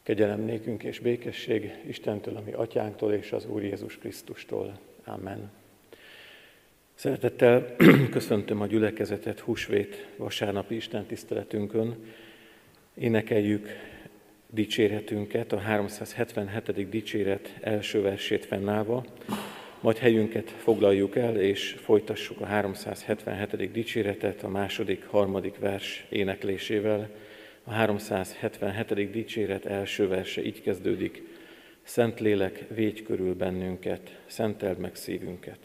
Kegyelem nékünk és békesség Istentől, a mi atyánktól és az Úr Jézus Krisztustól. Amen. Szeretettel köszöntöm a gyülekezetet húsvét vasárnapi istentiszteletünkön. Énekeljük dicséretünket, a 377. dicséret első versét fennállva, majd helyünket foglaljuk el, és folytassuk a 377. dicséretet a második, harmadik vers éneklésével. A 377. dicséret első verse így kezdődik: Szentlélek, védj körül bennünket, szenteld meg szívünket.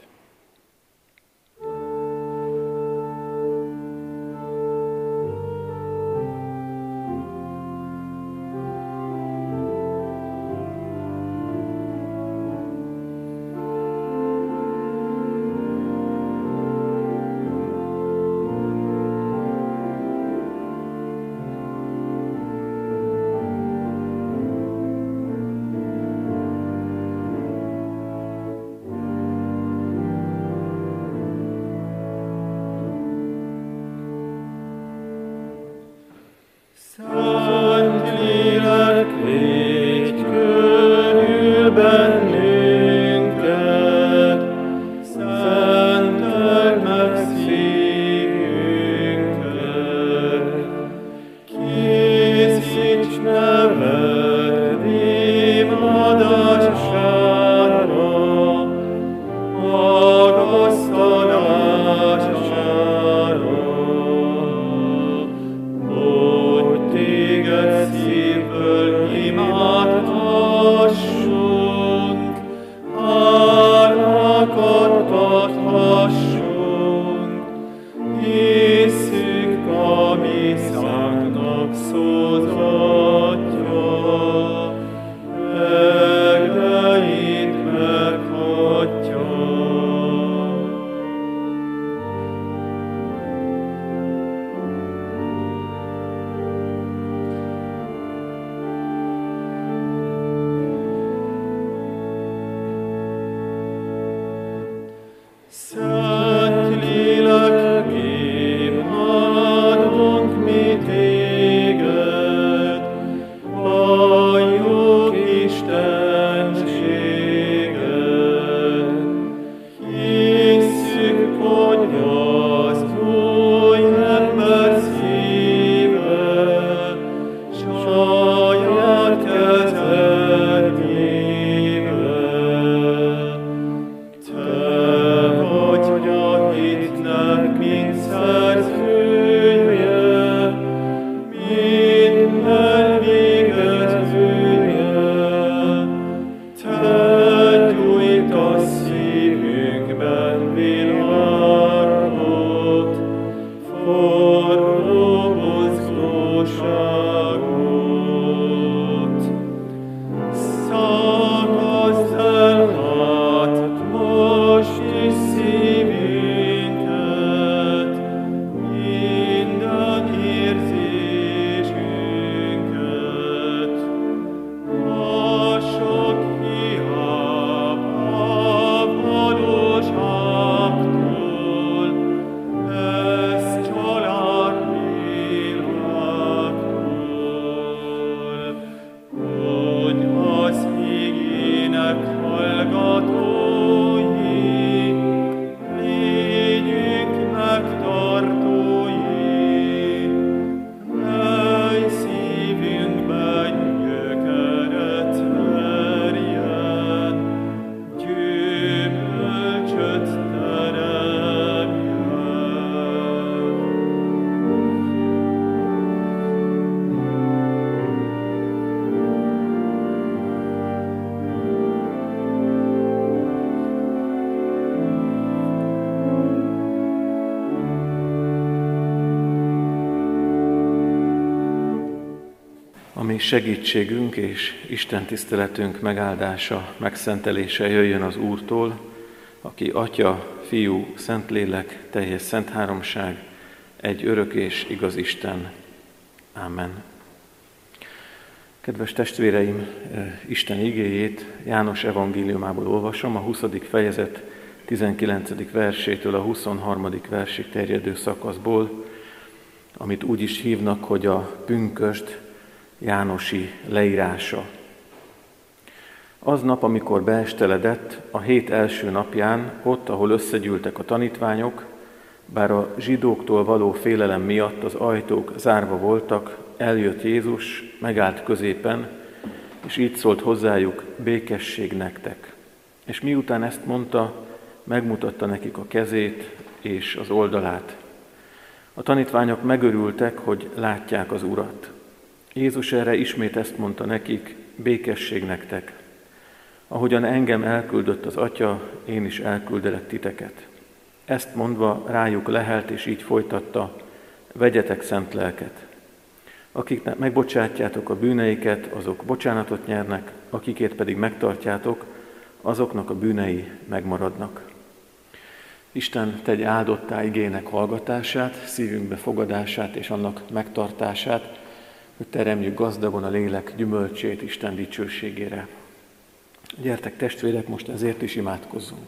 Ami segítségünk és Isten tiszteletünk megáldása, megszentelése jöjjön az Úrtól, aki Atya, Fiú, Szentlélek, teljes szent háromság, egy örök és igaz Isten. Ámen. Kedves testvéreim, Isten igéjét János evangéliumából olvasom, a 20. fejezet 19. versétől a 23. versig terjedő szakaszból, amit úgy is hívnak, hogy a pünkösd jánosi leírása. Aznap, amikor beesteledett, a hét első napján, ott, ahol összegyűltek a tanítványok, bár a zsidóktól való félelem miatt az ajtók zárva voltak, eljött Jézus, megállt középen, és így szólt hozzájuk: békesség nektek. És miután ezt mondta, megmutatta nekik a kezét és az oldalát. A tanítványok megörültek, hogy látják az Urat. Jézus erre ismét ezt mondta nekik: békesség nektek. Ahogyan engem elküldött az Atya, én is elküldelek titeket. Ezt mondva rájuk lehelt, és így folytatta: vegyetek szent lelket. Akiknek megbocsátjátok a bűneiket, azok bocsánatot nyernek, akikét pedig megtartjátok, azoknak a bűnei megmaradnak. Isten tegye áldottá igének hallgatását, szívünkbe fogadását és annak megtartását, hogy teremjük gazdagon a lélek gyümölcsét Isten dicsőségére. Gyertek testvérek, most ezért is imádkozzunk.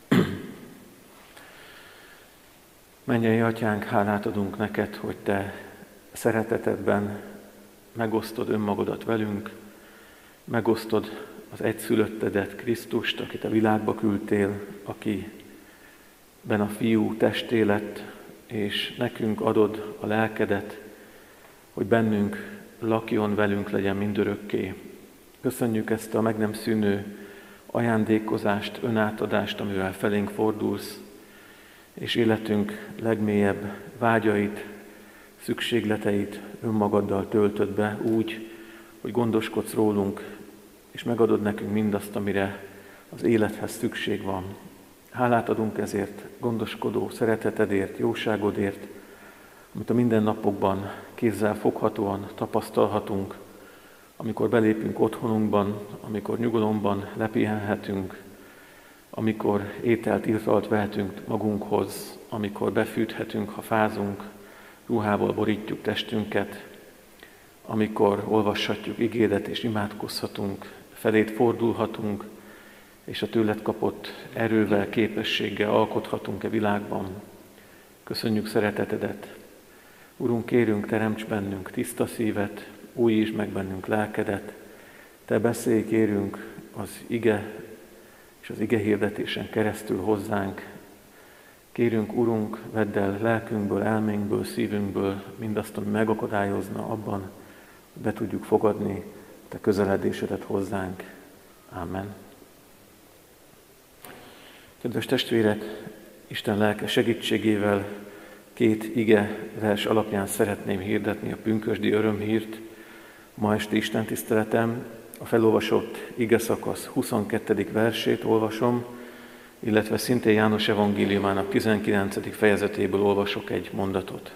Mennyei Atyánk, hálát adunk neked, hogy te szeretetedben megosztod önmagadat velünk, megosztod az egyszülöttedet, Krisztust, akit a világba küldtél, akiben a Fiú testé lett, és nekünk adod a lelkedet, hogy bennünk lakjon, velünk legyen mindörökké. Köszönjük ezt a meg nem szűnő ajándékozást, önátadást, amivel felénk fordulsz, és életünk legmélyebb vágyait, szükségleteit önmagaddal töltöd be úgy, hogy gondoskodsz rólunk, és megadod nekünk mindazt, amire az élethez szükség van. Hálát adunk ezért, gondoskodó szeretetedért, jóságodért, amit a mindennapokban kézzel foghatóan tapasztalhatunk, amikor belépünk otthonunkban, amikor nyugalomban lepihenhetünk, amikor ételt, italt vehetünk magunkhoz, amikor befűthetünk, ha fázunk, ruhával borítjuk testünket, amikor olvashatjuk igédet és imádkozhatunk, feléd fordulhatunk, és a tőled kapott erővel, képességgel alkothatunk-e világban. Köszönjük szeretetedet. Urunk, kérünk, teremts bennünk tiszta szívet, újítsd meg bennünk lelkedet. Te beszélj, kérünk, az ige és az ige hirdetésen keresztül hozzánk. Kérünk, Urunk, vedd el lelkünkből, elménkből, szívünkből mindazt, ami megakadályozna abban, hogy be tudjuk fogadni te közeledésedet hozzánk. Ámen. Kedves testvérek, Isten lelke segítségével 2 ige vers alapján szeretném hirdetni a pünkösdi örömhírt. Ma esti Isten tiszteletem a felolvasott ige szakasz 22. versét olvasom, illetve szintén János evangéliumának 19. fejezetéből olvasok egy mondatot.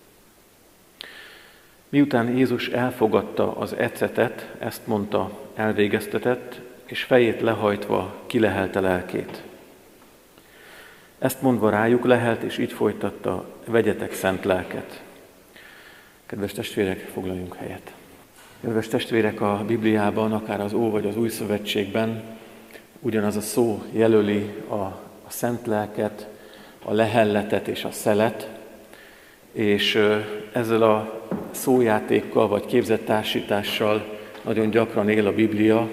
Miután Jézus elfogadta az ecetet, ezt mondta: elvégeztetett, és fejét lehajtva kilehelte lelkét. Ezt mondva rájuk lehelt, és így folytatta: vegyetek szent lelket. Kedves testvérek, foglaljunk helyet. Kedves testvérek, a Bibliában, akár az Ó vagy az Új Szövetségben ugyanaz a szó jelöli a szent lelket, a lehelletet és a szelet, és ezzel a szójátékkal vagy képzettársítással nagyon gyakran él a Biblia.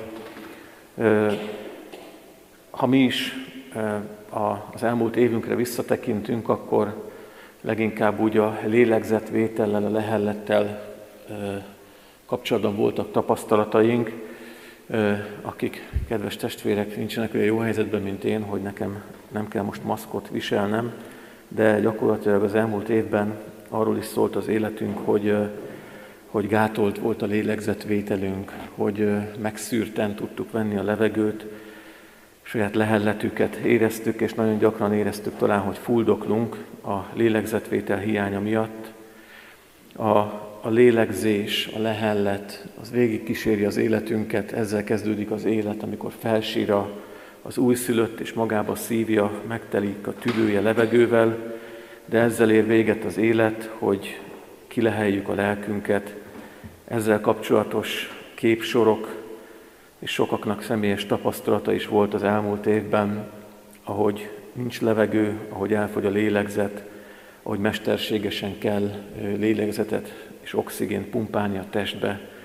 Ha mi is az elmúlt évünkre visszatekintünk, akkor leginkább úgy a lélegzetvétellel, a lehellettel kapcsolatban voltak tapasztalataink. Akik, kedves testvérek, nincsenek olyan jó helyzetben, mint én, hogy nekem nem kell most maszkot viselnem, de gyakorlatilag az elmúlt évben arról is szólt az életünk, hogy gátolt volt a lélegzetvételünk, hogy megszűrten tudtuk venni a levegőt, saját lehelletüket éreztük, és nagyon gyakran éreztük talán, hogy fuldoklunk a lélegzetvétel hiánya miatt. A lélegzés, a lehellet, az végig kíséri az életünket, ezzel kezdődik az élet, amikor felsír az újszülött, és magába szívja, megtelik a tüdője levegővel, de ezzel ér véget az élet, hogy kileheljük a lelkünket. Ezzel kapcsolatos képsorok, és sokaknak személyes tapasztalata is volt az elmúlt évben, ahogy nincs levegő, ahogy elfogy a lélegzet, ahogy mesterségesen kell lélegzetet és oxigént pumpálni a testbe,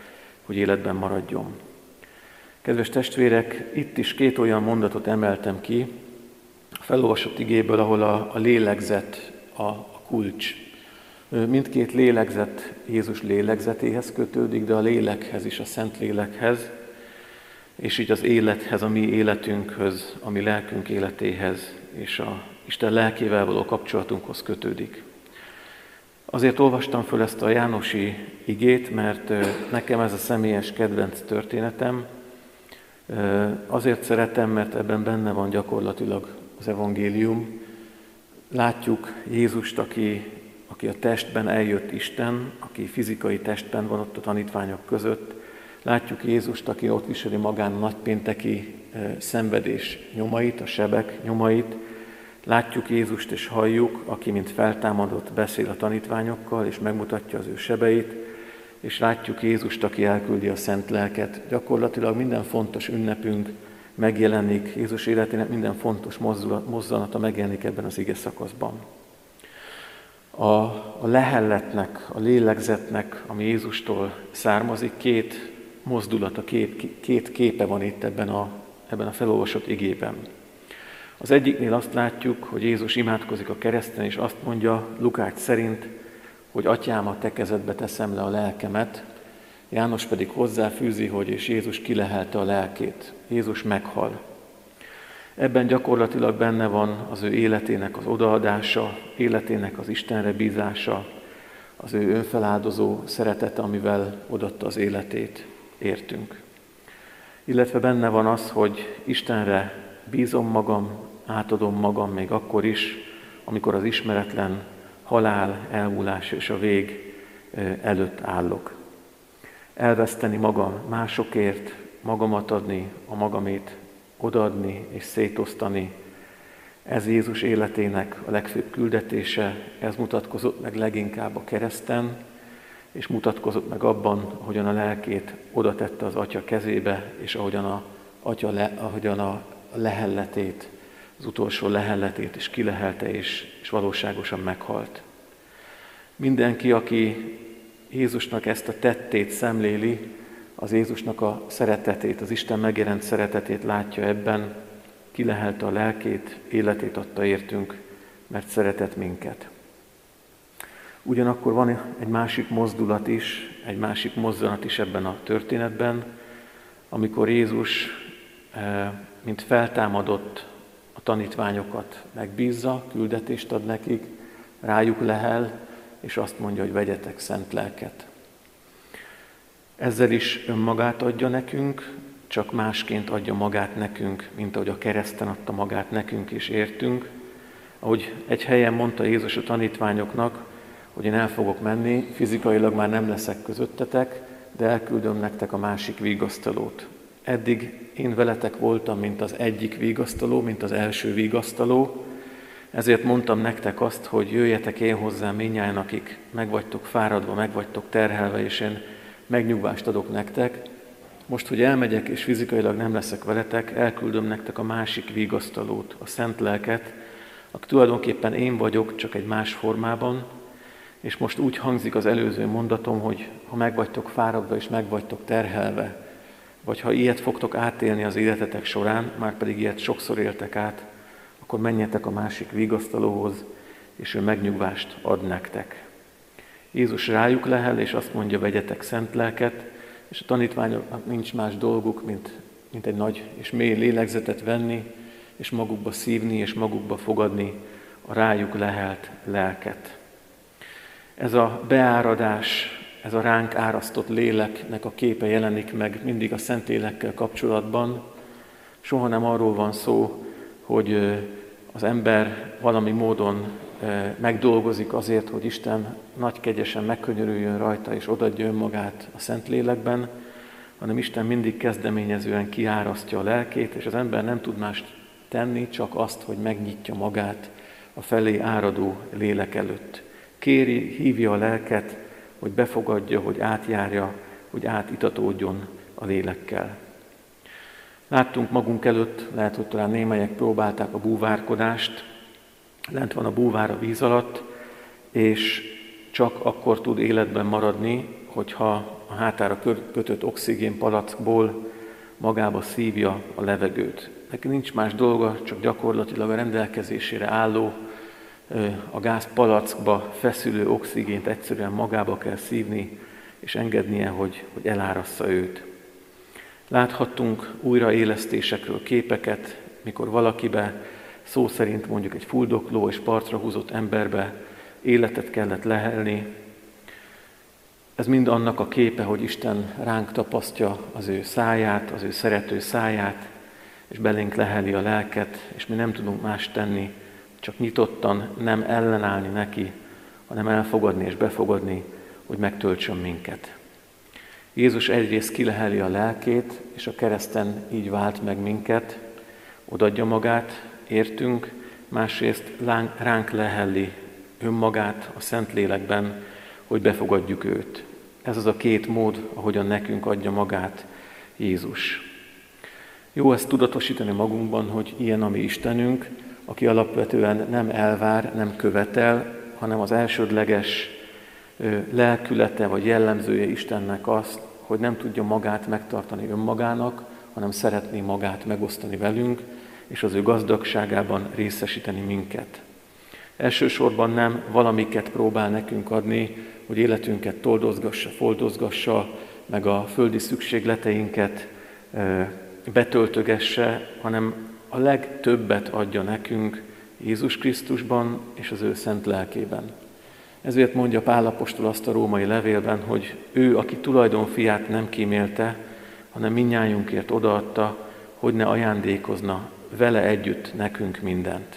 hogy életben maradjon. Kedves testvérek, itt is két olyan mondatot emeltem ki a felolvasott igéből, ahol a lélegzet a kulcs. Mindkét lélegzet Jézus lélegzetéhez kötődik, de a lélekhez is, a Szentlélekhez, és így az élethez, a mi életünkhöz, a mi lelkünk életéhez, és a Isten lelkével való kapcsolatunkhoz kötődik. Azért olvastam föl ezt a jánosi igét, mert nekem ez a személyes kedvenc történetem. Azért szeretem, mert ebben benne van gyakorlatilag az evangélium. Látjuk Jézust, aki a testben eljött Isten, aki fizikai testben van ott a tanítványok között. Látjuk Jézust, aki ott viseli magán a nagypénteki szenvedés nyomait, a sebek nyomait. Látjuk Jézust és halljuk, aki mint feltámadott beszél a tanítványokkal, és megmutatja az ő sebeit, és látjuk Jézust, aki elküldi a Szent Lelket. Gyakorlatilag minden fontos ünnepünk megjelenik, Jézus életének minden fontos mozzanata megjelenik ebben az ige szakaszban. A lehelletnek, a lélegzetnek, ami Jézustól származik, két mozdulata, két képe van itt ebben a felolvasott igében. Az egyiknél azt látjuk, hogy Jézus imádkozik a kereszten, és azt mondja Lukács szerint, hogy Atyám, a te kezedbe teszem le a lelkemet. János pedig hozzáfűzi, hogy és Jézus kilehelte a lelkét. Jézus meghal. Ebben gyakorlatilag benne van az ő életének az odaadása, életének az Istenre bízása, az ő önfeláldozó szeretete, amivel odaadta az életét, értünk. Illetve benne van az, hogy Istenre bízom magam, átadom magam még akkor is, amikor az ismeretlen halál, elmúlás és a vég előtt állok. Elveszteni magam másokért, magamat adni, a magamét odaadni és szétosztani. Ez Jézus életének a legfőbb küldetése, ez mutatkozott meg leginkább a kereszten, és mutatkozott meg abban, ahogyan a lelkét oda tette az Atya kezébe, és ahogyan a lehelletét, az utolsó lehelletét is kilehelte, és valóságosan meghalt. Mindenki, aki Jézusnak ezt a tettét szemléli, az Jézusnak a szeretetét, az Isten megjelent szeretetét látja ebben, kilehelte a lelkét, életét adta értünk, mert szeretett minket. Ugyanakkor van egy másik mozdulat is, egy másik mozzanat is ebben a történetben, amikor Jézus, mint feltámadott, a tanítványokat megbízza, küldetést ad nekik, rájuk lehel, és azt mondja, hogy vegyetek szent lelket. Ezzel is önmagát adja nekünk, csak másként adja magát nekünk, mint ahogy a kereszten adta magát nekünk és értünk. Ahogy egy helyen mondta Jézus a tanítványoknak, hogy én el fogok menni, fizikailag már nem leszek közöttetek, de elküldöm nektek a másik vigasztalót. Eddig én veletek voltam, mint az egyik vigasztaló, mint az első vigasztaló, ezért mondtam nektek azt, hogy jöjjetek én hozzám mindnyájan, akik meg vagytok fáradva, meg vagytok terhelve, és én megnyugvást adok nektek. Most, hogy elmegyek, és fizikailag nem leszek veletek, elküldöm nektek a másik vigasztalót, a Szent Lelket, aki tulajdonképpen én vagyok, csak egy más formában, és most úgy hangzik az előző mondatom, hogy ha meg vagytok fáradva, és meg vagytok terhelve, vagy ha ilyet fogtok átélni az életetek során, már pedig ilyet sokszor éltek át, akkor menjetek a másik vigasztalóhoz, és ő megnyugvást ad nektek. Jézus rájuk lehel, és azt mondja, vegyetek szent lelket, és a tanítványoknak nincs más dolguk, mint egy nagy és mély lélegzetet venni, és magukba szívni, és magukba fogadni a rájuk lehelt lelket. Ez a beáradás, ez a ránk árasztott léleknek a képe jelenik meg mindig a Szentlélekkel kapcsolatban. Soha nem arról van szó, hogy az ember valami módon megdolgozik azért, hogy Isten nagy kegyesen megkönyörüljön rajta, és odaadja önmagát a Szentlélekben, hanem Isten mindig kezdeményezően kiárasztja a lelkét, és az ember nem tud mást tenni, csak azt, hogy megnyitja magát a felé áradó lélek előtt. Kéri, hívja a lelket, hogy befogadja, hogy átjárja, hogy átitatódjon a lélekkel. Láttunk magunk előtt, lehet, hogy talán némelyek próbálták a búvárkodást, lent van a búvár a víz alatt, és csak akkor tud életben maradni, hogyha a hátára kötött oxigénpalackból magába szívja a levegőt. Neki nincs más dolga, csak gyakorlatilag a rendelkezésére álló, a gázpalackba feszülő oxigént egyszerűen magába kell szívni, és engednie, hogy elárassza őt. Láthattunk újraélesztésekről képeket, mikor valakibe, szó szerint mondjuk egy fuldokló és partra húzott emberbe életet kellett lehelni. Ez mind annak a képe, hogy Isten ránk tapasztja az ő száját, az ő szerető száját, és belénk leheli a lelket, és mi nem tudunk más tenni, csak nyitottan nem ellenállni neki, hanem elfogadni és befogadni, hogy megtöltsön minket. Jézus egyrészt kileheli a lelkét, és a kereszten így vált meg minket, odaadja magát, értünk, másrészt ránk leheli önmagát a Szentlélekben, hogy befogadjuk őt. Ez az a két mód, ahogyan nekünk adja magát Jézus. Jó ezt tudatosítani magunkban, hogy ilyen a mi Istenünk, aki alapvetően nem elvár, nem követel, hanem az elsődleges lelkülete vagy jellemzője Istennek azt, hogy nem tudja magát megtartani önmagának, hanem szeretné magát megosztani velünk, és az ő gazdagságában részesíteni minket. Elsősorban nem valamiket próbál nekünk adni, hogy életünket toldozgassa, foldozgassa, meg a földi szükségleteinket betöltögesse, hanem a legtöbbet adja nekünk Jézus Krisztusban és az ő szent lelkében. Ezért mondja Pál apostol azt a római levélben, hogy ő, aki tulajdonfiát nem kímélte, hanem mindnyájunkért odaadta, hogy ne ajándékozna vele együtt nekünk mindent.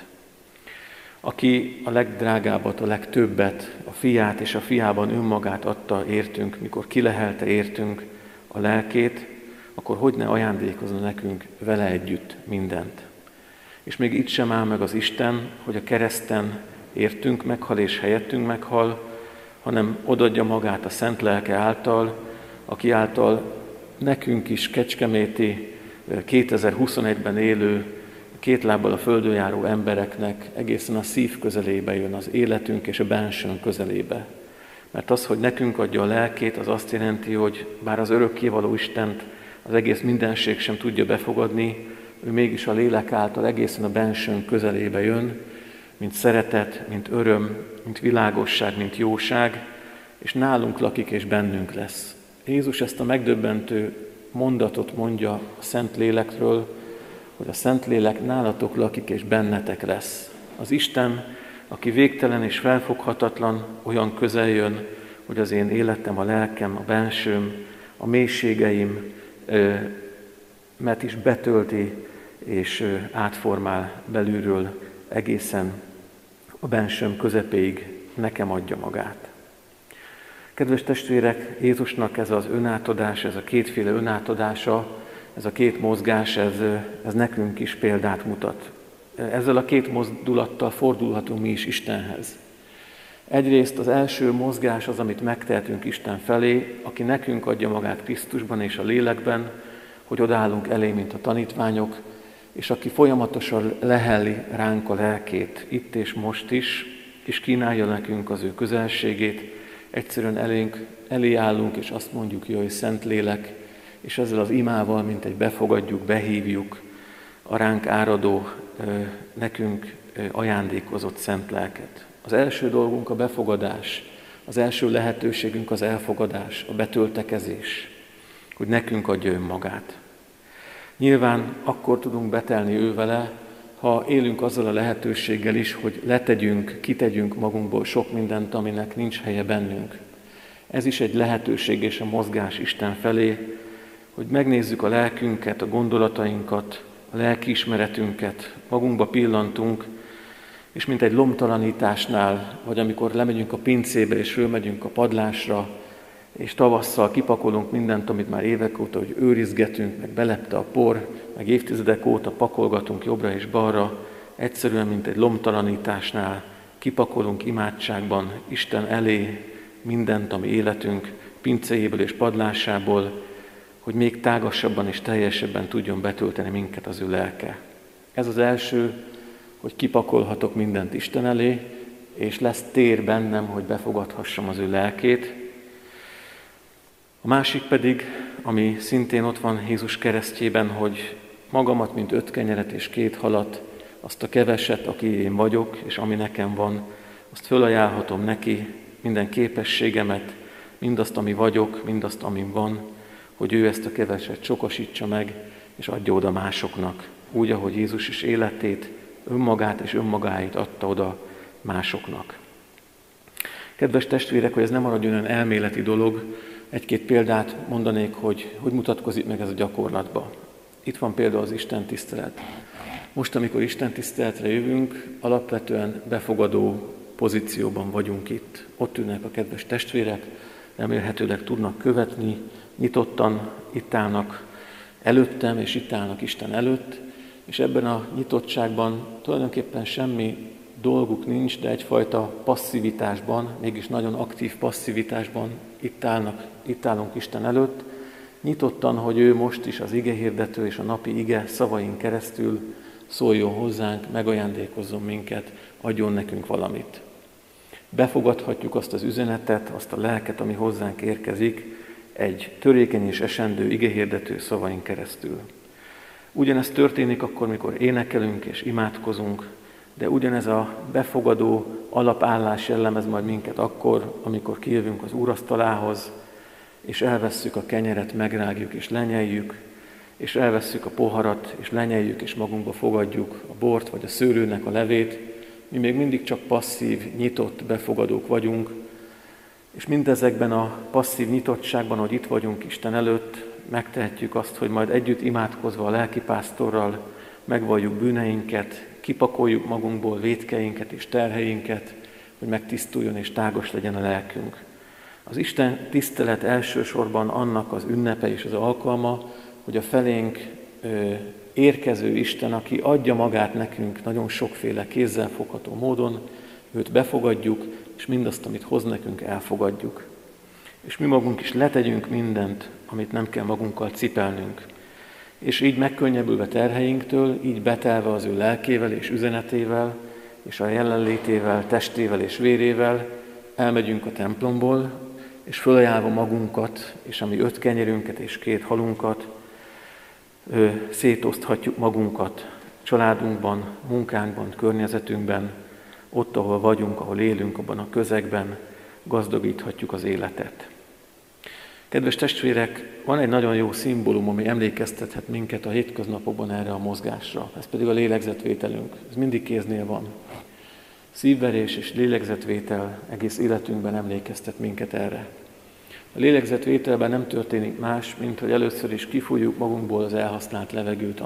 Aki a legdrágábbat, a legtöbbet, a fiát és a fiában önmagát adta értünk, mikor kilehelte értünk a lelkét, akkor hogy ne ajándékozna nekünk vele együtt mindent. És még itt sem áll meg az Isten, hogy a kereszten értünk meghal és helyettünk meghal, hanem odaadja magát a szent lelke által, aki által nekünk is kecskeméti 2021-ben élő, két lábbal a földön járó embereknek egészen a szív közelébe jön, az életünk és a bensőnk közelébe. Mert az, hogy nekünk adja a lelkét, az azt jelenti, hogy bár az örökkévaló Istent az egész mindenség sem tudja befogadni, ő mégis a lélek által egészen a bensőnk közelébe jön, mint szeretet, mint öröm, mint világosság, mint jóság, és nálunk lakik és bennünk lesz. Jézus ezt a megdöbbentő mondatot mondja a Szentlélekről, hogy a Szentlélek nálatok lakik és bennetek lesz. Az Isten, aki végtelen és felfoghatatlan, olyan közel jön, hogy az én életem, a lelkem, a bensőm, a mélységeim mert is betölti és átformál belülről egészen a bensőm közepéig nekem adja magát. Kedves testvérek, Jézusnak ez az önátadás, ez a kétféle önátadása, ez a két mozgás, ez nekünk is példát mutat. Ezzel a két mozdulattal fordulhatunk mi is Istenhez. Egyrészt az első mozgás az, amit megtehetünk Isten felé, aki nekünk adja magát Krisztusban és a lélekben, hogy odaállunk elé, mint a tanítványok, és aki folyamatosan leheli ránk a lelkét itt és most is, és kínálja nekünk az ő közelségét, egyszerűen elé állunk, és azt mondjuk, jöjj Szentlélek, és ezzel az imával, mint egy befogadjuk, behívjuk a ránk áradó, nekünk ajándékozott szent lelket. Az első dolgunk a befogadás, az első lehetőségünk az elfogadás, a betöltekezés, hogy nekünk adja önmagát. Nyilván akkor tudunk betelni ő vele, ha élünk azzal a lehetőséggel is, hogy letegyünk, kitegyünk magunkból sok mindent, aminek nincs helye bennünk. Ez is egy lehetőség és a mozgás Isten felé, hogy megnézzük a lelkünket, a gondolatainkat, a lelkiismeretünket, magunkba pillantunk, és mint egy lomtalanításnál, vagy amikor lemegyünk a pincébe és fölmegyünk a padlásra, és tavasszal kipakolunk mindent, amit már évek óta hogy őrizgetünk, meg belepte a por, meg évtizedek óta pakolgatunk jobbra és balra, egyszerűen, mint egy lomtalanításnál kipakolunk imádságban Isten elé mindent, ami életünk pincéjéből és padlásából, hogy még tágasabban és teljesebben tudjon betölteni minket az ő lelke. Ez az első, hogy kipakolhatok mindent Isten elé, és lesz tér bennem, hogy befogadhassam az ő lelkét. A A másik pedig, ami szintén ott van Jézus keresztjében, hogy magamat, mint 5 kenyeret és 2 halat, azt a keveset, aki én vagyok, és ami nekem van, azt fölajánlhatom neki, minden képességemet, mindazt, ami vagyok, mindazt, amin van, hogy ő ezt a keveset sokasítsa meg, és adja oda másoknak, úgy, ahogy Jézus is életét, önmagát és önmagáit adta oda másoknak. Kedves testvérek, hogy ez nem maradjon olyan elméleti dolog, 1-2 példát mondanék, hogy mutatkozik meg ez a gyakorlatban. Itt van például az Isten tisztelet. Most, amikor Isten tiszteletre jövünk, alapvetően befogadó pozícióban vagyunk itt. Ott ülnek a kedves testvérek, remélhetőleg tudnak követni, nyitottan itt állnak előttem, és itt állnak Isten előtt, és ebben a nyitottságban tulajdonképpen semmi dolguk nincs, de egyfajta passzivitásban, mégis nagyon aktív passzivitásban itt állunk Isten előtt, nyitottan, hogy ő most is az igehirdető és a napi ige szavain keresztül szóljon hozzánk, megajándékozzon minket, adjon nekünk valamit. Befogadhatjuk azt az üzenetet, azt a lelket, ami hozzánk érkezik, egy törékeny és esendő igehirdető szavain keresztül. Ugyanez történik akkor, mikor énekelünk és imádkozunk, de ugyanez a befogadó alapállás jellemez majd minket akkor, amikor kijövünk az úrasztalához, és elvesszük a kenyeret, megrágjuk és lenyeljük, és elvesszük a poharat, és lenyeljük, és magunkba fogadjuk a bort vagy a szőlőnek a levét. Mi még mindig csak passzív, nyitott, befogadók vagyunk, és mindezekben a passzív nyitottságban, hogy itt vagyunk Isten előtt, megtehetjük azt, hogy majd együtt imádkozva a lelkipásztorral megvalljuk bűneinket, kipakoljuk magunkból vétkeinket és terheinket, hogy megtisztuljon és tágos legyen a lelkünk. Az Isten tisztelet elsősorban annak az ünnepe és az alkalma, hogy a felénk érkező Isten, aki adja magát nekünk nagyon sokféle kézzelfogható módon, őt befogadjuk, és mindazt, amit hoz nekünk, elfogadjuk. És mi magunk is letegyünk mindent, amit nem kell magunkkal cipelnünk. És így megkönnyebbülve terheinktől, így betelve az ő lelkével és üzenetével, és a jelenlétével, testével és vérével elmegyünk a templomból, és fölajánlva magunkat, és a mi 5 kenyerünket és 2 halunkat, szétoszthatjuk magunkat családunkban, munkánkban, környezetünkben, ott, ahol vagyunk, ahol élünk, abban a közegben gazdagíthatjuk az életet. Kedves testvérek, van egy nagyon jó szimbólum, ami emlékeztethet minket a hétköznapokban erre a mozgásra. Ez pedig a lélegzetvételünk. Ez mindig kéznél van. Szívverés és lélegzetvétel egész életünkben emlékeztet minket erre. A lélegzetvételben nem történik más, mint hogy először is kifújjuk magunkból az elhasznált levegőt,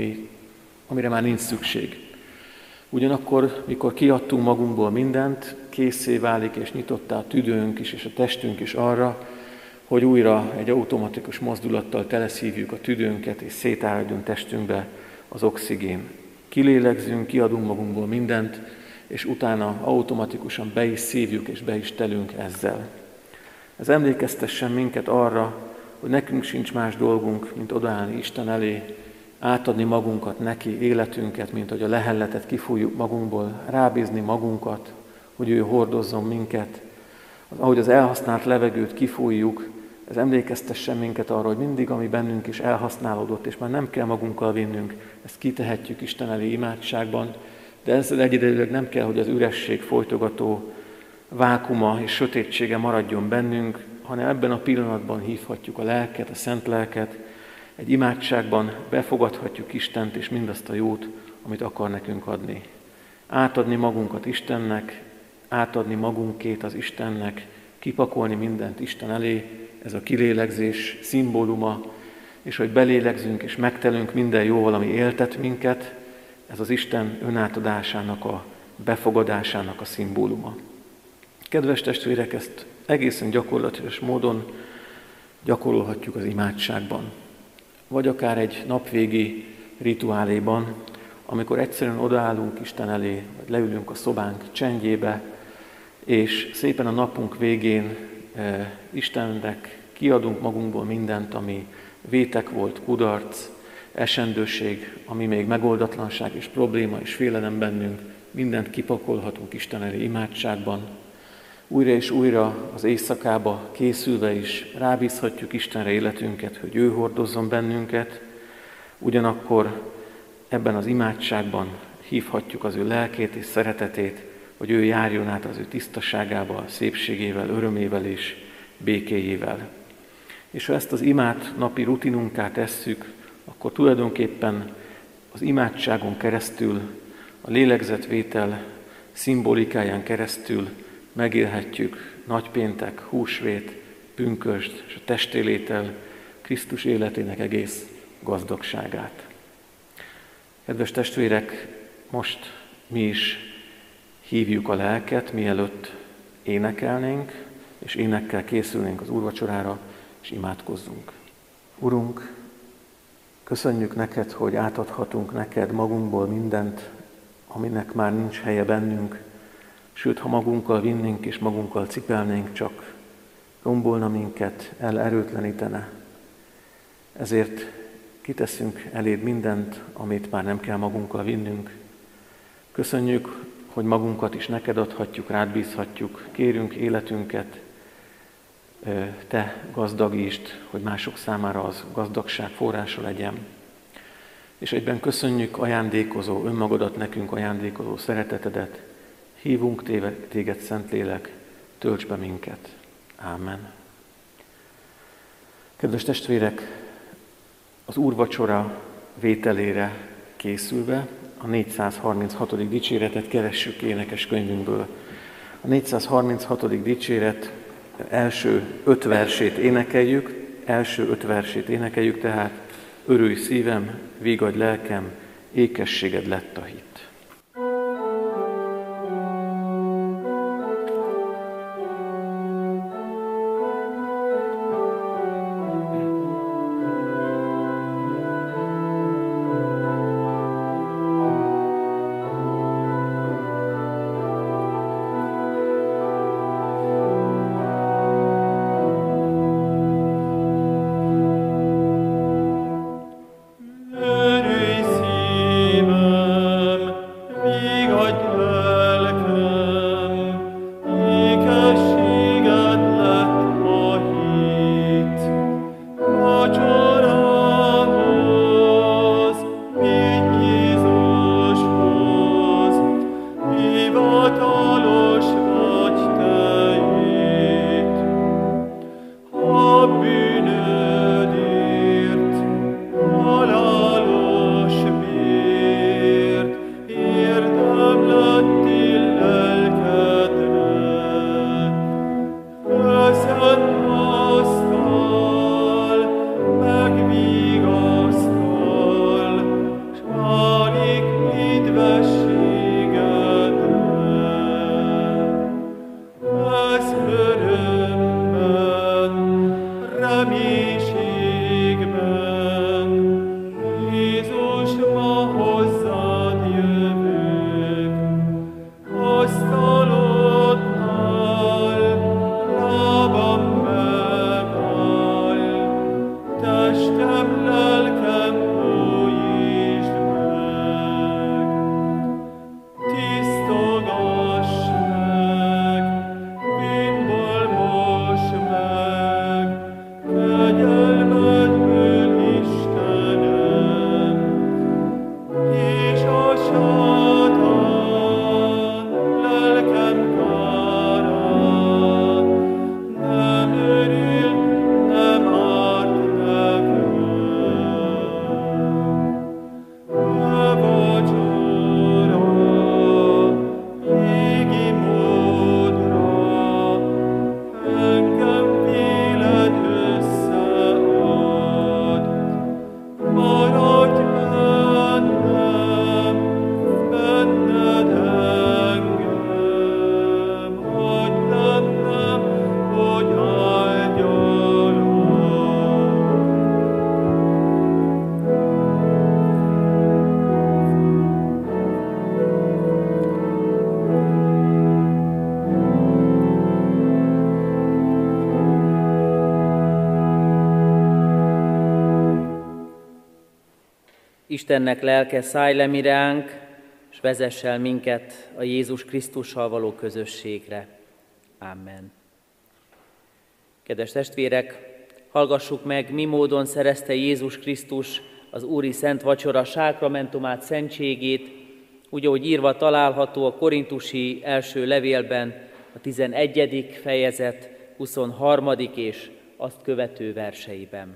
amire már nincs szükség. Ugyanakkor, mikor kiadtunk magunkból mindent, készé válik és nyitottá a tüdőnk is és a testünk is arra, hogy újra egy automatikus mozdulattal teleszívjuk a tüdőnket és szétáradjon testünkbe az oxigén. Kilélegzünk, kiadunk magunkból mindent, és utána automatikusan be is szívjuk és be is telünk ezzel. Ez emlékeztessen minket arra, hogy nekünk sincs más dolgunk, mint odaállni Isten elé, átadni magunkat neki, életünket, mint hogy a lehelletet kifújjuk magunkból, rábízni magunkat, hogy ő hordozzon minket. Ahogy az elhasznált levegőt kifújjuk, ez emlékeztessen minket arra, hogy mindig, ami bennünk is elhasználódott, és már nem kell magunkkal vinnünk, ezt kitehetjük Isten elé imádságban, de ezzel egyidejűleg nem kell, hogy az üresség folytogató vákuma és sötétsége maradjon bennünk, hanem ebben a pillanatban hívhatjuk a lelket, a szent lelket, egy imádságban befogadhatjuk Istent és mindazt a jót, amit akar nekünk adni. Átadni magunkat Istennek, átadni magunkét az Istennek, kipakolni mindent Isten elé, ez a kilélegzés szimbóluma, és hogy belélegzünk és megtelünk minden jóval, ami éltet minket, ez az Isten önátadásának, a befogadásának a szimbóluma. Kedves testvérek, ezt egészen gyakorlatilag módon gyakorolhatjuk az imádságban, vagy akár egy napvégi rituáléban, amikor egyszerűen odaállunk Isten elé, vagy leülünk a szobánk csendjébe, és szépen a napunk végén Istennek kiadunk magunkból mindent, ami vétek volt, kudarc, esendőség, ami még megoldatlanság és probléma és félelem bennünk, mindent kipakolhatunk Isten elé imádságban, újra és újra az éjszakába készülve is rábízhatjuk Istenre életünket, hogy ő hordozzon bennünket, ugyanakkor ebben az imádságban hívhatjuk az ő lelkét és szeretetét, hogy ő járjon át az ő tisztaságával, szépségével, örömével és békéjével. És ha ezt az imát napi rutinunká tesszük, akkor tulajdonképpen az imádságon keresztül, a lélegzetvétel szimbolikáján keresztül megélhetjük nagypéntek, húsvét, pünkösd és a testélétel Krisztus életének egész gazdagságát. Kedves testvérek, most mi is hívjuk a lelket, mielőtt énekelnénk, és énekkel készülnénk az úrvacsorára, és imádkozzunk. Urunk, köszönjük neked, hogy átadhatunk neked magunkból mindent, aminek már nincs helye bennünk, sőt, ha magunkkal vinnénk és magunkkal cipelnénk, csak rombolna minket, elerőtlenítene. Ezért kiteszünk eléd mindent, amit már nem kell magunkkal vinnünk. Köszönjük, hogy magunkat is neked adhatjuk, rád bízhatjuk, kérünk életünket, te gazdagítsd, hogy mások számára az gazdagság forrása legyen. És egyben köszönjük ajándékozó, önmagadat nekünk ajándékozó szeretetedet, hívunk téged, Szentlélek, tölts be minket. Ámen. Kedves testvérek, az úrvacsora vételére készülve a 436. dicséretet keressük énekeskönyvünkből. A 436. dicséret első 5 versét énekeljük, tehát örülj szívem, vigadj lelkem, ékességed lett a hit. Istennek lelke, szállj le mi ránk, s vezess el minket a Jézus Krisztussal való közösségre. Amen. Kedves testvérek, hallgassuk meg, mi módon szerezte Jézus Krisztus az Úri Szent Vacsora sákramentumát, szentségét, úgy, ahogy írva található a korintusi első levélben, a 11. fejezet 23. és azt követő verseiben.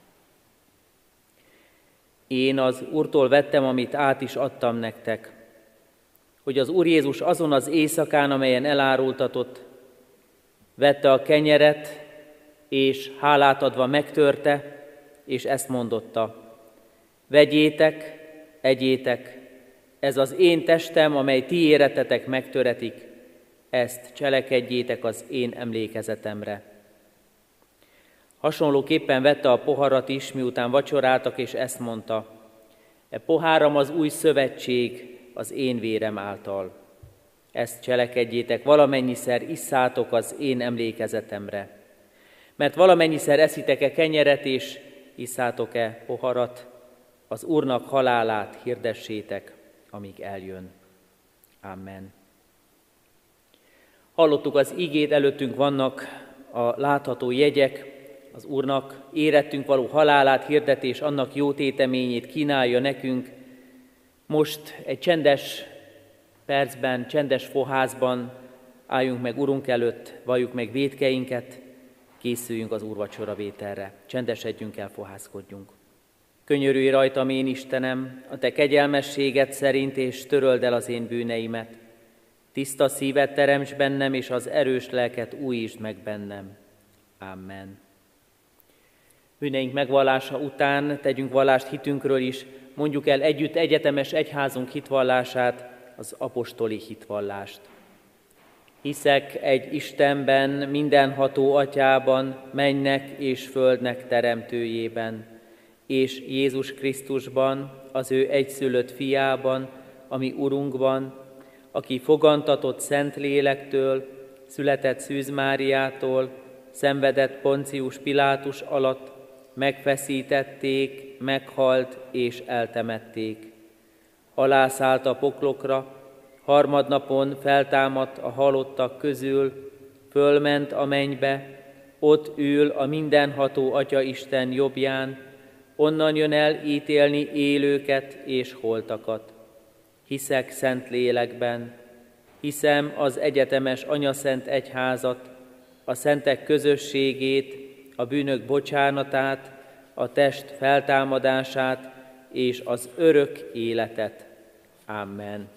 Én az Úrtól vettem, amit át is adtam nektek, hogy az Úr Jézus azon az éjszakán, amelyen elárultatott, vette a kenyeret, és hálát adva megtörte, és ezt mondotta: vegyétek, egyétek, ez az én testem, amely ti éretetek megtöretik, ezt cselekedjétek az én emlékezetemre. Hasonlóképpen vette a poharat is, miután vacsoráltak, és ezt mondta: e poháram az új szövetség az én vérem által. Ezt cselekedjétek, valamennyiszer isszátok az én emlékezetemre. Mert valamennyiszer eszitek-e kenyeret és isszátok-e poharat, az Úrnak halálát hirdessétek, amíg eljön. Amen. Hallottuk az igét, előttünk vannak a látható jegyek, az Úrnak érettünk való halálát hirdetés, annak jó téteményét kínálja nekünk. Most egy csendes percben, csendes foházban álljunk meg Urunk előtt, valljuk meg vétkeinket, készüljünk az úrvacsora vételre. Csendesedjünk el, fohászkodjunk. Könyörülj rajtam, én Istenem, a te kegyelmességed szerint, és töröld el az én bűneimet. Tiszta szívet teremts bennem, és az erős lelket újítsd meg bennem. Amen. Bűneink megvallása után tegyünk vallást hitünkről is, mondjuk el együtt egyetemes egyházunk hitvallását, az apostoli hitvallást. Hiszek egy Istenben, mindenható Atyában, mennynek és földnek teremtőjében, és Jézus Krisztusban, az ő egyszülött fiában, ami Urunkban, aki fogantatott Szent Lélektől, született Szűz Máriától, szenvedett Poncius Pilátus alatt, megfeszítették, meghalt és eltemették. Alászállt a poklokra, harmadnapon feltámadt a halottak közül, fölment a mennybe, ott ül a mindenható Atya Isten jobbján, onnan jön el ítélni élőket és holtakat. Hiszek Szent Lélekben, hiszem az egyetemes anyaszent egyházat, a szentek közösségét, a bűnök bocsánatát, a test feltámadását és az örök életet. Amen.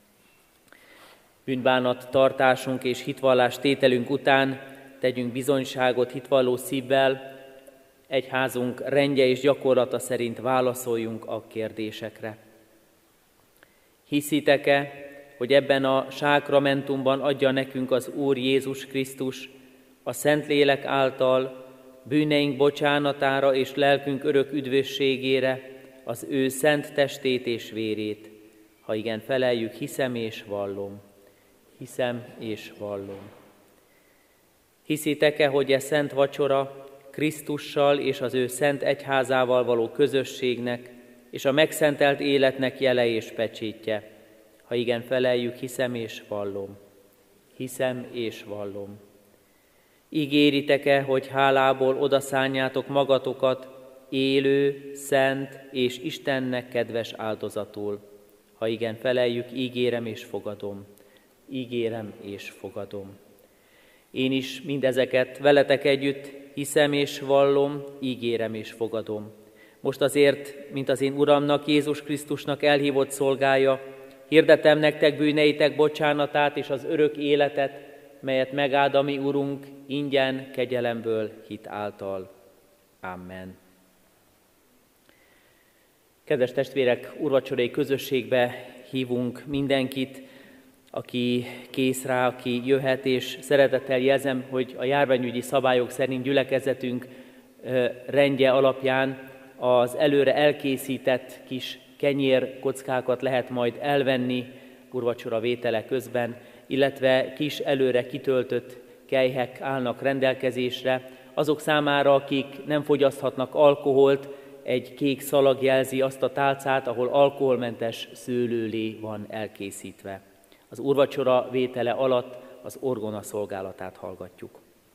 Bűnbánat tartásunk és hitvallás tételünk után tegyünk bizonyságot hitvalló szívvel, egyházunk rendje és gyakorlata szerint válaszoljunk a kérdésekre. Hiszitek-e, hogy ebben a sákramentumban adja nekünk az Úr Jézus Krisztus a Szentlélek által bűneink bocsánatára és lelkünk örök üdvösségére az ő szent testét és vérét? Ha igen, feleljük: hiszem és vallom. Hiszem és vallom. Hiszitek-e, hogy e szent vacsora Krisztussal és az ő szent egyházával való közösségnek és a megszentelt életnek jele és pecsétje? Ha igen, feleljük: hiszem és vallom. Hiszem és vallom. Ígéritek-e, hogy hálából odaszánjátok magatokat élő, szent és Istennek kedves áldozatul? Ha igen, feleljük: ígérem és fogadom. Ígérem és fogadom. Én is mindezeket veletek együtt hiszem és vallom, ígérem és fogadom. Most azért, mint az én Uramnak, Jézus Krisztusnak elhívott szolgája, hirdetem nektek bűneitek bocsánatát és az örök életet, melyet megáld a mi Urunk ingyen kegyelemből hit által. Amen. Kedves testvérek, úrvacsorai közösségbe hívunk mindenkit, aki kész rá, aki jöhet, és szeretettel jelzem, hogy a járványügyi szabályok szerint gyülekezetünk rendje alapján az előre elkészített kis kenyérkockákat lehet majd elvenni úrvacsora vétele közben, illetve kis előre kitöltött kelyhek állnak rendelkezésre. Azok számára, akik nem fogyaszthatnak alkoholt, egy kék szalag jelzi azt a tálcát, ahol alkoholmentes szőlőlé van elkészítve. Az úrvacsora vétele alatt az orgona szolgálatát hallgatjuk.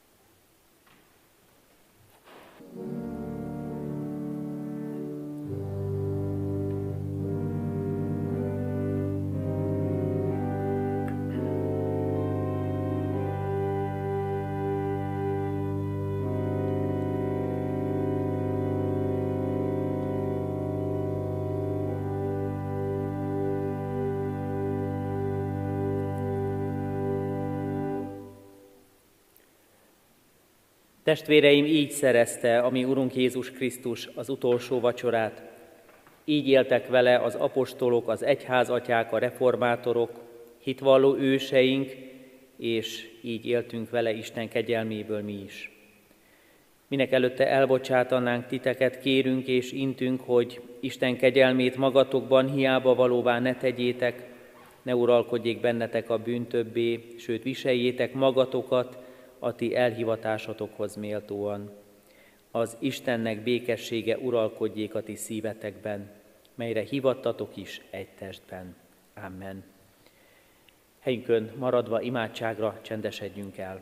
Testvéreim, így szerezte a mi Urunk Jézus Krisztus az utolsó vacsorát. Így éltek vele az apostolok, az egyházatyák, a reformátorok, hitvalló őseink, és így éltünk vele Isten kegyelméből mi is. Minek előtte elbocsátanánk titeket, kérünk és intünk, hogy Isten kegyelmét magatokban hiába valóvá ne tegyétek, ne uralkodjék bennetek a bűn többé, sőt viseljétek magatokat a ti elhivatásotokhoz méltóan. Az Istennek békessége uralkodjék a ti szívetekben, melyre hivattatok is egy testben. Amen. Helyünkön maradva imádságra csendesedjünk el.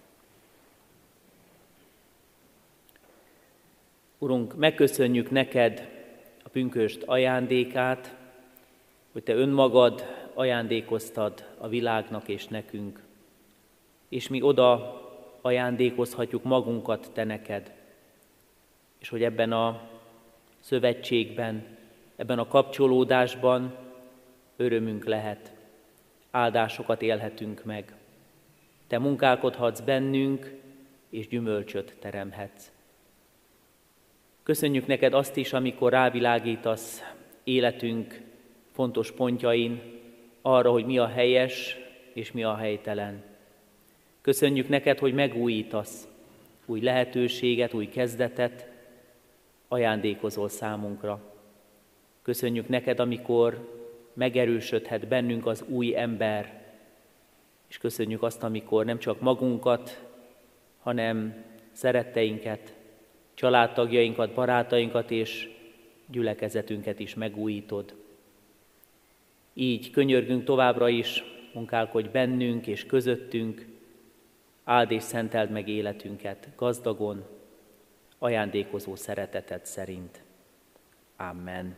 Urunk, megköszönjük neked a pünkösd ajándékát, hogy te önmagad ajándékoztad a világnak és nekünk, és mi oda ajándékozhatjuk magunkat te neked, és hogy ebben a szövetségben, ebben a kapcsolódásban örömünk lehet, áldásokat élhetünk meg. Te munkálkodhatsz bennünk, és gyümölcsöt teremhetsz. Köszönjük neked azt is, amikor rávilágítasz életünk fontos pontjain arra, hogy mi a helyes és mi a helytelen. Köszönjük neked, hogy megújítasz új lehetőséget, új kezdetet, ajándékozol számunkra. Köszönjük neked, amikor megerősödhet bennünk az új ember, és köszönjük azt, amikor nem csak magunkat, hanem szeretteinket, családtagjainkat, barátainkat és gyülekezetünket is megújítod. Így könyörgünk továbbra is, munkálkodj bennünk és közöttünk, áld és szenteld meg életünket gazdagon, ajándékozó szereteted szerint. Amen.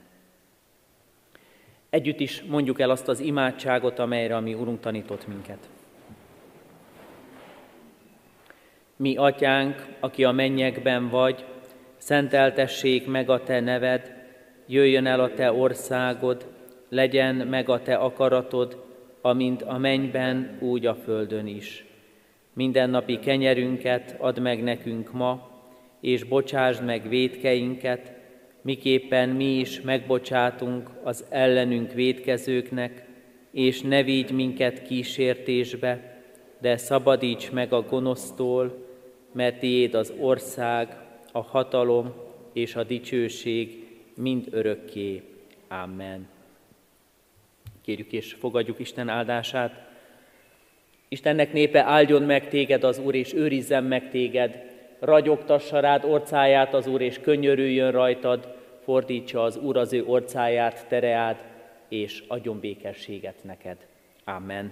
Együtt is mondjuk el azt az imádságot, amelyre a mi Urunk tanított minket. Mi atyánk, aki a mennyekben vagy, szenteltessék meg a te neved, jöjjön el a te országod, legyen meg a te akaratod, amint a mennyben, úgy a földön is. Mindennapi kenyerünket add meg nekünk ma, és bocsásd meg vétkeinket, miképpen mi is megbocsátunk az ellenünk vétkezőknek, és ne vigy minket kísértésbe, de szabadíts meg a gonosztól, mert tiéd az ország, a hatalom és a dicsőség mind örökké. Amen. Kérjük és fogadjuk Isten áldását. Istennek népe, áldjon meg téged az Úr, és őrizzen meg téged. Ragyogtassa rád orcáját az Úr, és könyörüljön rajtad, fordítsa az Úr az ő orcáját tereád, és adjon békességet neked. Amen.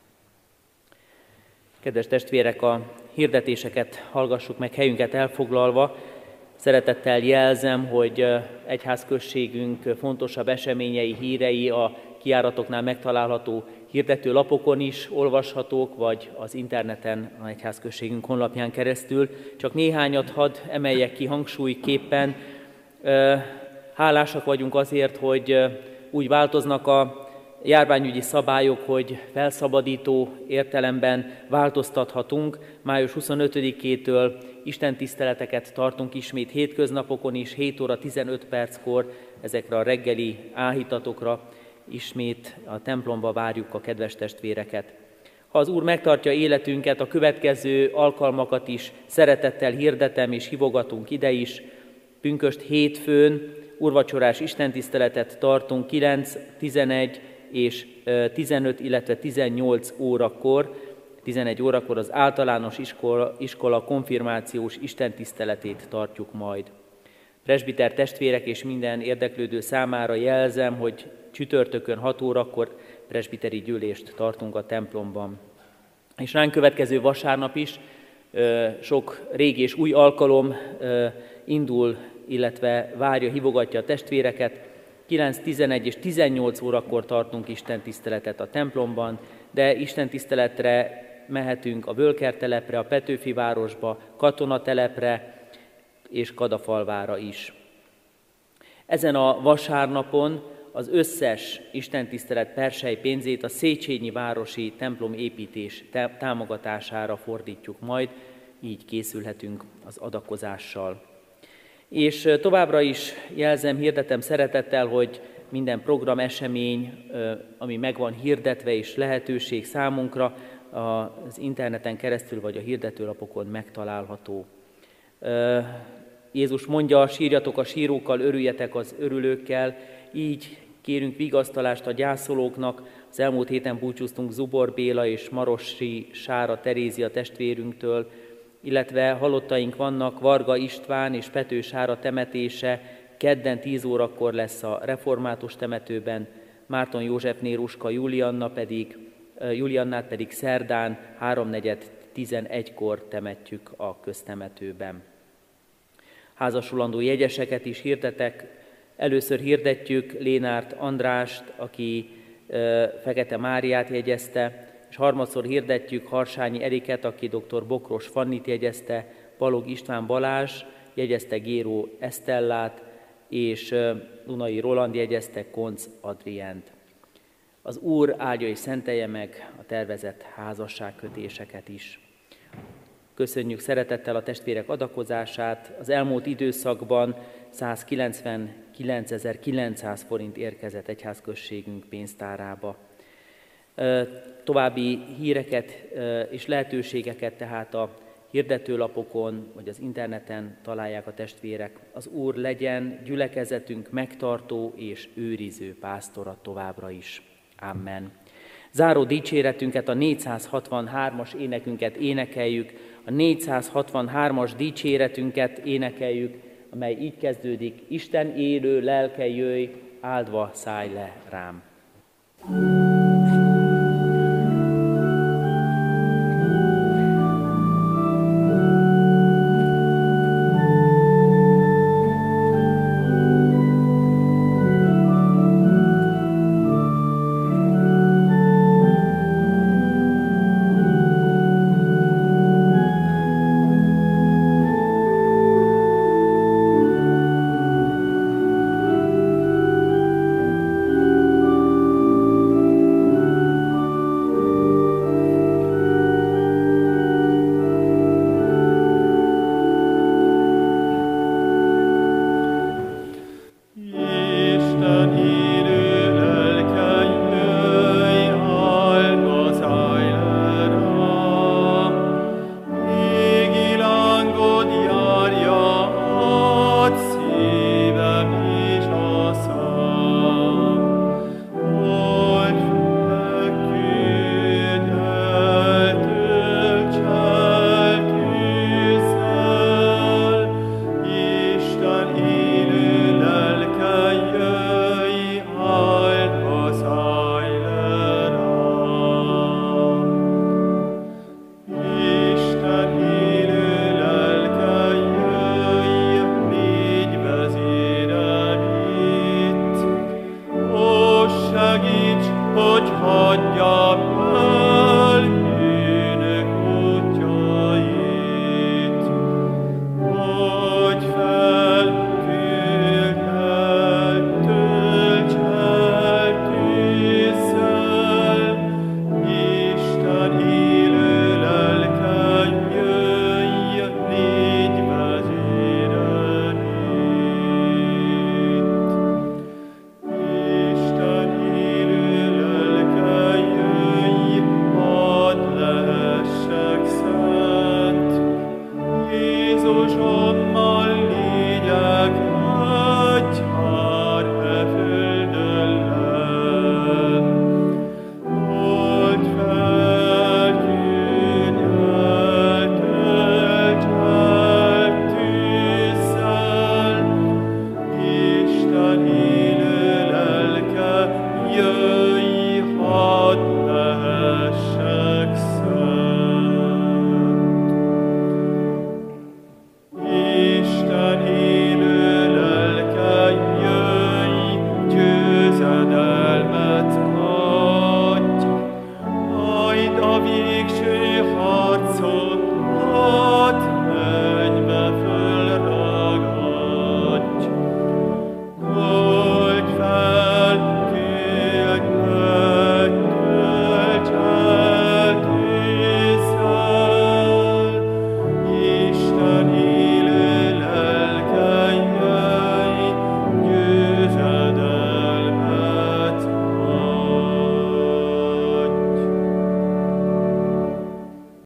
Kedves testvérek, a hirdetéseket hallgassuk meg helyünket elfoglalva. Szeretettel jelzem, hogy egyházközségünk fontosabb eseményei, hírei a kijáratoknál megtalálható hirdető lapokon is olvashatók, vagy az interneten, a egyházközségünk honlapján keresztül. Csak néhányat hadd emeljek ki hangsúlyképpen. Hálásak vagyunk azért, hogy úgy változnak a járványügyi szabályok, hogy felszabadító értelemben változtathatunk. Május 25-től istentiszteleteket tartunk ismét hétköznapokon is, 7 óra 15 perckor ezekre a reggeli áhítatokra ismét a templomba várjuk a kedves testvéreket. Ha az Úr megtartja életünket, a következő alkalmakat is szeretettel hirdetem és hívogatunk ide is. Pünkösd hétfőn úrvacsorás istentiszteletet tartunk 9, 11 és 15, illetve 18 órakor. 11 órakor az általános iskola konfirmációs istentiszteletét tartjuk majd. Presbiter testvérek és minden érdeklődő számára jelzem, hogy csütörtökön 6 órakor presbiteri gyűlést tartunk a templomban. és ránk következő vasárnap is sok régi és új alkalom indul, illetve várja, hívogatja a testvéreket. 9, 11 és 18 órakor tartunk istentiszteletet a templomban, de istentiszteletre mehetünk a Völker telepre, a Petőfi városba, Katonatelepre és Kadafalvára is. Ezen a vasárnapon az összes istentisztelet persely pénzét a Széchenyi városi templom építés támogatására fordítjuk majd, így készülhetünk az adakozással. És továbbra is jelzem, hirdetem szeretettel, hogy minden program, esemény, ami meg van hirdetve és lehetőség számunkra, az interneten keresztül vagy a hirdetőlapokon megtalálható. Jézus mondja, sírjatok a sírókkal, örüljetek az örülőkkel, így kérünk vigasztalást a gyászolóknak. Az elmúlt héten búcsúztunk Zubor Béla és Marossi Sára Terézia testvérünktől, illetve halottaink vannak, Varga István és Pető Sára temetése kedden 10 órakor lesz a református temetőben, Márton Józsefné Ruska Juliannát pedig szerdán 3:4-11-kor temetjük a köztemetőben. Házasulandó jegyeseket is hirdetek. Először hirdetjük Lénárt Andrást, aki Fekete Máriát jegyezte, és harmadszor hirdetjük Harsányi Eriket, aki dr. Bokros Fannit jegyezte, Balog István Balázs jegyezte Géró Esztellát, és Dunai Roland jegyezte Konc Adriánt. Az Úr áldja és szentelje meg a tervezett házasságkötéseket is. Köszönjük szeretettel a testvérek adakozását. Az elmúlt időszakban 199.900 forint érkezett egyházközségünk pénztárába. További híreket és lehetőségeket tehát a hirdetőlapokon vagy az interneten találják a testvérek. Az Úr legyen gyülekezetünk megtartó és őriző pásztora továbbra is. Amen. Záró dicséretünket, a 463-as énekünket énekeljük, a 463-as dicséretünket énekeljük, amely így kezdődik: Isten élő lelke jöjj, áldva szállj le rám.